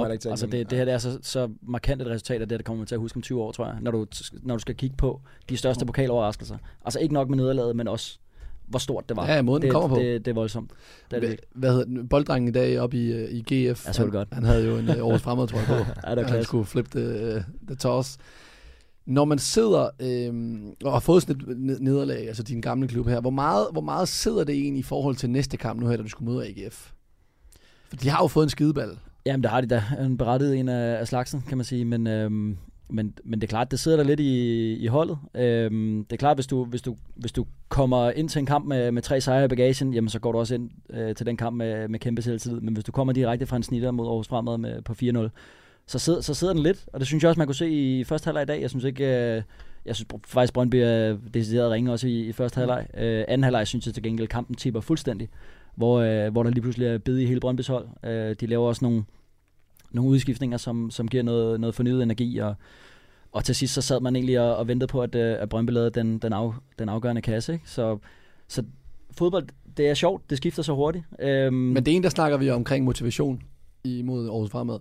her det er så markant et resultat af det, der kommer til at huske om 20 år, tror jeg, når du skal kigge på de største pokaloverraskelser. Altså ikke nok med nederlaget, men også hvor stort det var. Ja, måden den kommer på. Det er voldsomt. Hvad hedder den? Bolddrengen i dag oppe i GF. Ja, så det godt. Han havde jo en Aarhus Fremad, tror jeg på. Ja, det er han skulle flippe the toss. Når man sidder og har fået sådan et nederlag, altså din gamle klub her, hvor meget sidder det egentlig i forhold til næste kamp nu her, da du skulle møde AGF? For de har jo fået en skideball. Jamen, det har de da. En berettiget en af slagsen, kan man sige. Men det er klart, det sidder der lidt i holdet. Det er klart, hvis du kommer ind til en kamp med 3 sejre i bagagen, jamen så går du også ind til den kamp med kæmpe selvtillid. Men hvis du kommer direkte fra en snitter mod Aarhus Fremad på 4-0, så sidder den lidt. Og det synes jeg også, man kunne se i første halvleg i dag. Jeg synes faktisk, Brøndby er decideret ringe også i første halvleg. Anden halvleg synes jeg til gengæld, kampen tipper fuldstændig. Hvor der lige pludselig er bid i hele Brøndbys hold. De laver også nogle udskiftninger, som giver noget fornyet energi, og til sidst så sad man egentlig og ventede på, at Brøndby lavede den afgørende kasse. Ikke? Så fodbold, det er sjovt, det skifter så hurtigt. Men det ene, der snakker vi omkring motivation imod Aarhus Fremad.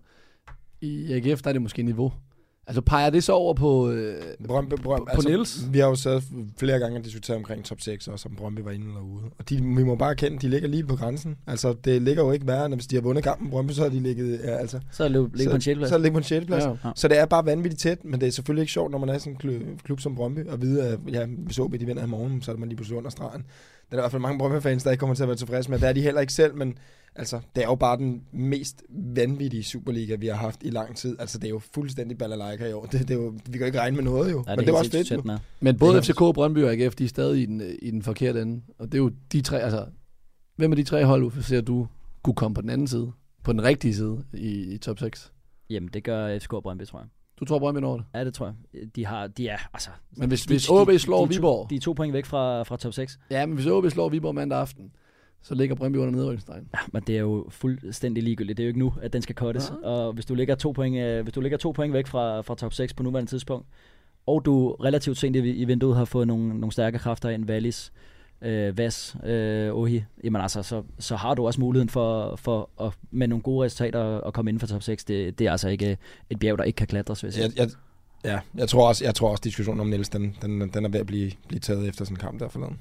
I AGF, der er det måske niveau. Altså peger det så over på altså, Niels? Vi har jo så flere gange diskuteret omkring top 6, og som Brøndby var inde eller ude. Og vi må bare erkende, de ligger lige på grænsen. Altså, det ligger jo ikke værre, når hvis de har vundet kampen Brøndby, så har de ligget... Ja, altså, så er det ligget på en 6. plads. Så er det ligget på en 6. plads. Ja. Så det er bare vanvittigt tæt, men det er selvfølgelig ikke sjovt, når man er sådan en klub som Brøndby, og vide, at hvis OB de vinder i morgen, så er man lige pludselig under stregen. Der er i hvert fald mange Brøndby-fans, der ikke kommer til at være tilfredse med. Det er de heller ikke selv, men altså, det er jo bare den mest vanvittige Superliga, vi har haft i lang tid. Altså, det er jo fuldstændig balalaika i år. Det er jo, vi kan jo ikke regne med noget, jo. Ja, men det var også fedt, jo. Men både FCK, Brøndby og AGF, de er stadig i den forkerte ende. Og det er jo de tre, altså... Hvem af de tre hold, ser du kunne komme på den anden side? På den rigtige side i top 6? Jamen, det gør FCK og Brøndby, tror jeg. Du tror Brøndby når det? Ja, det tror jeg. De er, altså... Men hvis OB slår Viborg... De er 2 point væk fra top 6. Ja, men hvis OB slår Viborg mandag aften, så ligger Brøndby under nedrykningsstregen. Ja, men det er jo fuldstændig ligegyldigt. Det er jo ikke nu, at den skal cuttes. Ja. Og hvis du ligger 2 point væk fra top 6 på nuværende tidspunkt, og du relativt sent i vinduet har fået nogle stærke kræfter ind, Wallis, Vas, Ohi, jamen altså, så har du også muligheden for at, med nogle gode resultater at komme inden for top 6. Det er altså ikke et bjerg, der ikke kan klatres, hvis jeg tror også diskussionen om Niels, den er ved at blive taget efter sådan en kamp der forleden.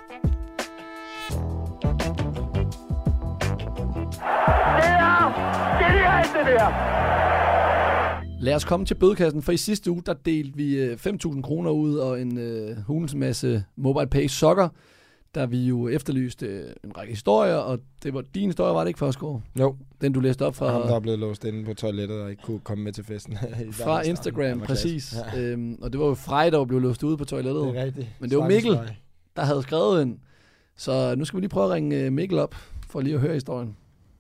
Det der! Lad os komme til bødekassen, for i sidste uge, der delte vi 5.000 kroner ud og en hulens masse MobilePay sokker, der vi jo efterlyste en række historier, og det var din historie, var det ikke, Forsgaard? Jo. Den, du læste op fra... Ham, der er blevet låst inde på toilettet og ikke kunne komme med til festen. Fra Instagram, præcis. Ja. Og det var jo Frej, der blev låst ude på toilettet. Det er rigtigt. Men det var Mikkel, der havde skrevet ind. Så nu skal vi lige prøve at ringe Mikkel op, for lige at høre historien.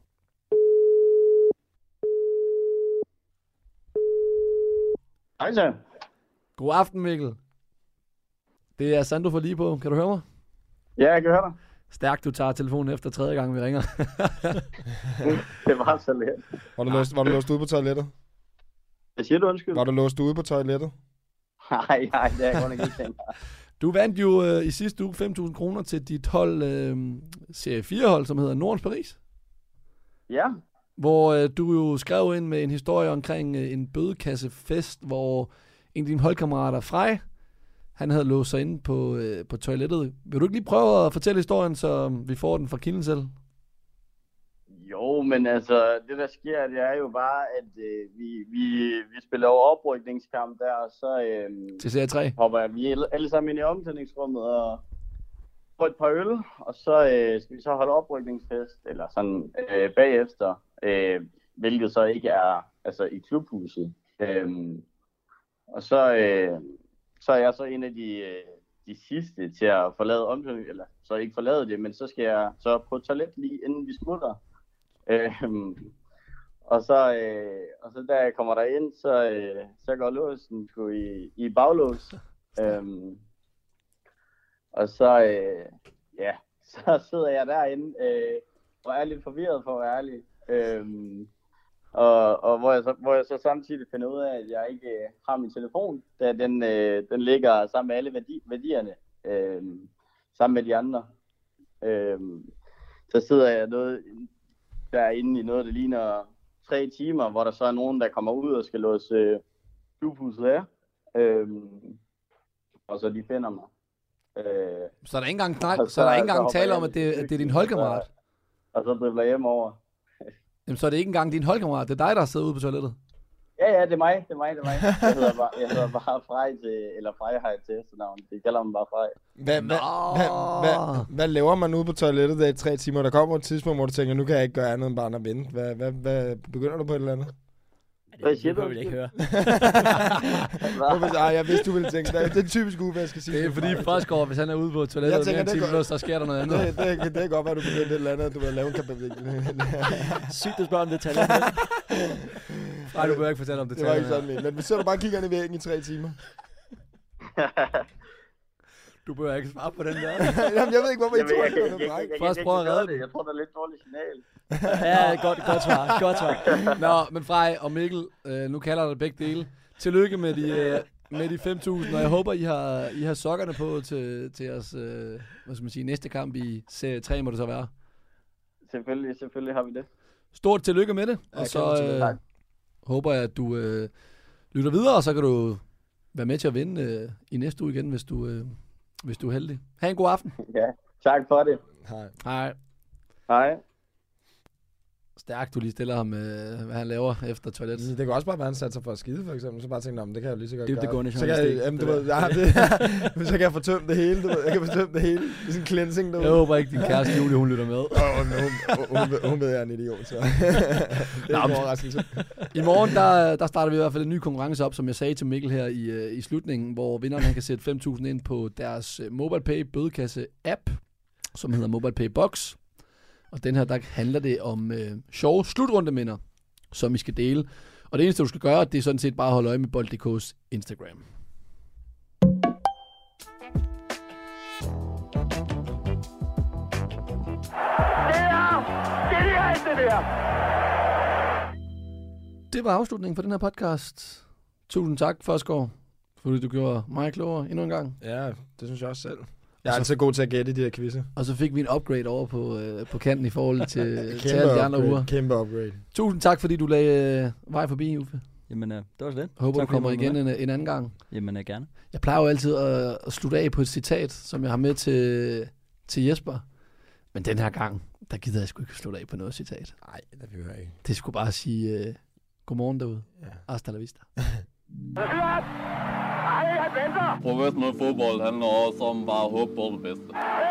Hej så. God aften, Mikkel. Det er Sandro for lige på. Kan du høre mig? Ja, jeg kan høre dig. Stærkt, du tager telefonen efter 3. gang, vi ringer. Det var så let. Var du låst ude på toilettet? Hvad siger du, undskyld? Var du låst ude på toilettet? Nej, det er godt ikke tænkt. Du vandt jo i sidste uge 5.000 kroner til dit hold, serie 4-hold, som hedder Nordens Paris. Ja. Hvor du jo skrev ind med en historie omkring en bødekassefest, hvor en af dine holdkammerater, Frej, han havde låst sig inde på toilettet. Vil du ikke lige prøve at fortælle historien, så vi får den fra kilden selv? Jo, men altså, det der sker, det er jo bare, at vi spiller over oprykningskamp der, og så til serie 3. hopper vi alle sammen ind i omklædningsrummet og får et par øl, og så skal vi så holde oprykningsfest, eller sådan bagefter, hvilket så ikke er altså i klubhuset. Og så er jeg så en af de sidste til at forlade omklædning, eller så ikke forlade det, men så skal jeg så på toilet lige inden vi smutter. Og så da jeg kommer derind, så går låsen sgu i baglås. Og så sidder jeg derinde og er lidt forvirret for at være ærlig. Og hvor jeg så samtidig finder ud af, at jeg ikke har min telefon, da den ligger sammen med alle værdierne, sammen med de andre. Så sidder jeg derinde i noget, der ligner 3 timer, hvor der så er nogen, der kommer ud og skal låse klubhuset af. Og så de finder mig. Så er der ikke engang tale om, at det er din holdkammerat? Og så dribler jeg hjem over. Jamen, så er det ikke engang din holdkammerat, det er dig, der sidder ude på toilettet? Ja, det er mig. Jeg hedder bare Frej eller Frej har jeg til efternavn. Det kalder man bare Frej. Hvad laver man ude på toilettet der i 3 timer? Der kommer et tidspunkt, hvor du tænker, nu kan jeg ikke gøre andet end bare at vente. Hvad begynder du på et eller andet? Hvad siger du? Det vil jeg ikke høre. Jeg vidste, du ville tænke. Det er typisk uge, hvad jeg skal sige. Det er fordi Forsgaard, hvis han er ude på toilettet mere end 10 minutter, så sker der noget andet. Det er godt, at du begyndte et eller andet, at du vil lave en kapabel. Sygt, du spørger om detaljer. Nej, du bør ikke fortælle om detaljer. Det var ikke sådan, men hvis du bare kigger ind i væggen i 3 timer. Du bør ikke svare på den der. Jamen, jeg ved ikke, hvorfor I tror, det er det. Først prøv at redde det. Jeg tror, der er lidt dårligt signal. Ja, godt svar. Nå, men Frej og Mikkel, nu kalder jeg begge dele. Tillykke med de 5.000, og jeg håber, I har sokkerne på til jeres hvad skal man sige, næste kamp i serie 3, må det så være. Selvfølgelig har vi det. Stort tillykke med det, og så håber jeg, at du lytter videre, og så kan du være med til at vinde i næste uge igen, hvis du er heldig. Ha' en god aften. Ja, tak for det. Hej. Stærkt, du lige stiller ham, hvad han laver efter toilettet. Det kan også bare være, han satte sig for at skide, for eksempel. Så bare tænkte, det kan jeg jo lige så godt gøre. Det går så kan jeg få tømt det hele, Jeg kan få tømt det hele. Det er sådan en cleansing, Jeg håber ikke, din kæreste Julie, hun lytter med. Hun ved, jeg er en idiot, så. Det er en overraskelse. I morgen, der starter vi i hvert fald en ny konkurrence op, som jeg sagde til Mikkel her i slutningen, hvor vinderen han kan sætte 5.000 ind på deres MobilePay bødekasse app, som hedder MobilePay Box. Og den her, der handler det om sjove slutrundeminder, som I skal dele. Og det eneste, du skal gøre, det er sådan set bare at holde øje med Bold.dk's Instagram. det her. Det var afslutningen for den her podcast. Tusind tak, Forsgaard, fordi du gjorde mig klogere endnu en gang. Ja, det synes jeg også selv. Jeg er altid god til at gætte de her quizzer. Og så fik vi en upgrade over på kanten i forhold til alle de andre uger. Kæmpe upgrade. Tusind tak, fordi du lagde vej forbi, Uffe. Jamen, det var så det. Håber, tak, du kommer igen en anden gang. Jamen, gerne. Jeg plejer jo altid at slutte af på et citat, som jeg har med til Jesper. Men den her gang, der gider jeg sgu ikke slutte af på noget citat. Nej, det vil jeg ikke. Det skulle bare sige godmorgen derude. Ja. Hasta la vista. Professionel fodbold handler også om bare at håbe på det bedste.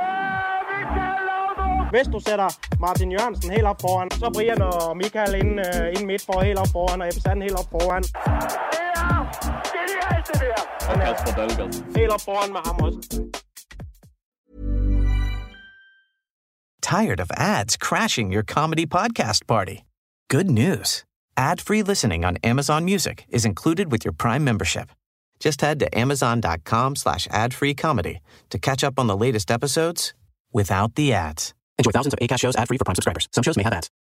Hvis du sætter Martin Jørgensen helt op foran, så Brian og Michael ind midt for helt op foran, og Ebbe Sand helt op foran. Det er genialt, det der! Og Kasper Dahlgaard. Helt op foran med ham også. Tired of ads crashing your comedy podcast party? Good news. Ad-free listening on Amazon Music is included with your Prime membership. Just head to amazon.com/ad-free comedy to catch up on the latest episodes without the ads. Enjoy thousands of Acast shows ad-free for Prime subscribers. Some shows may have ads.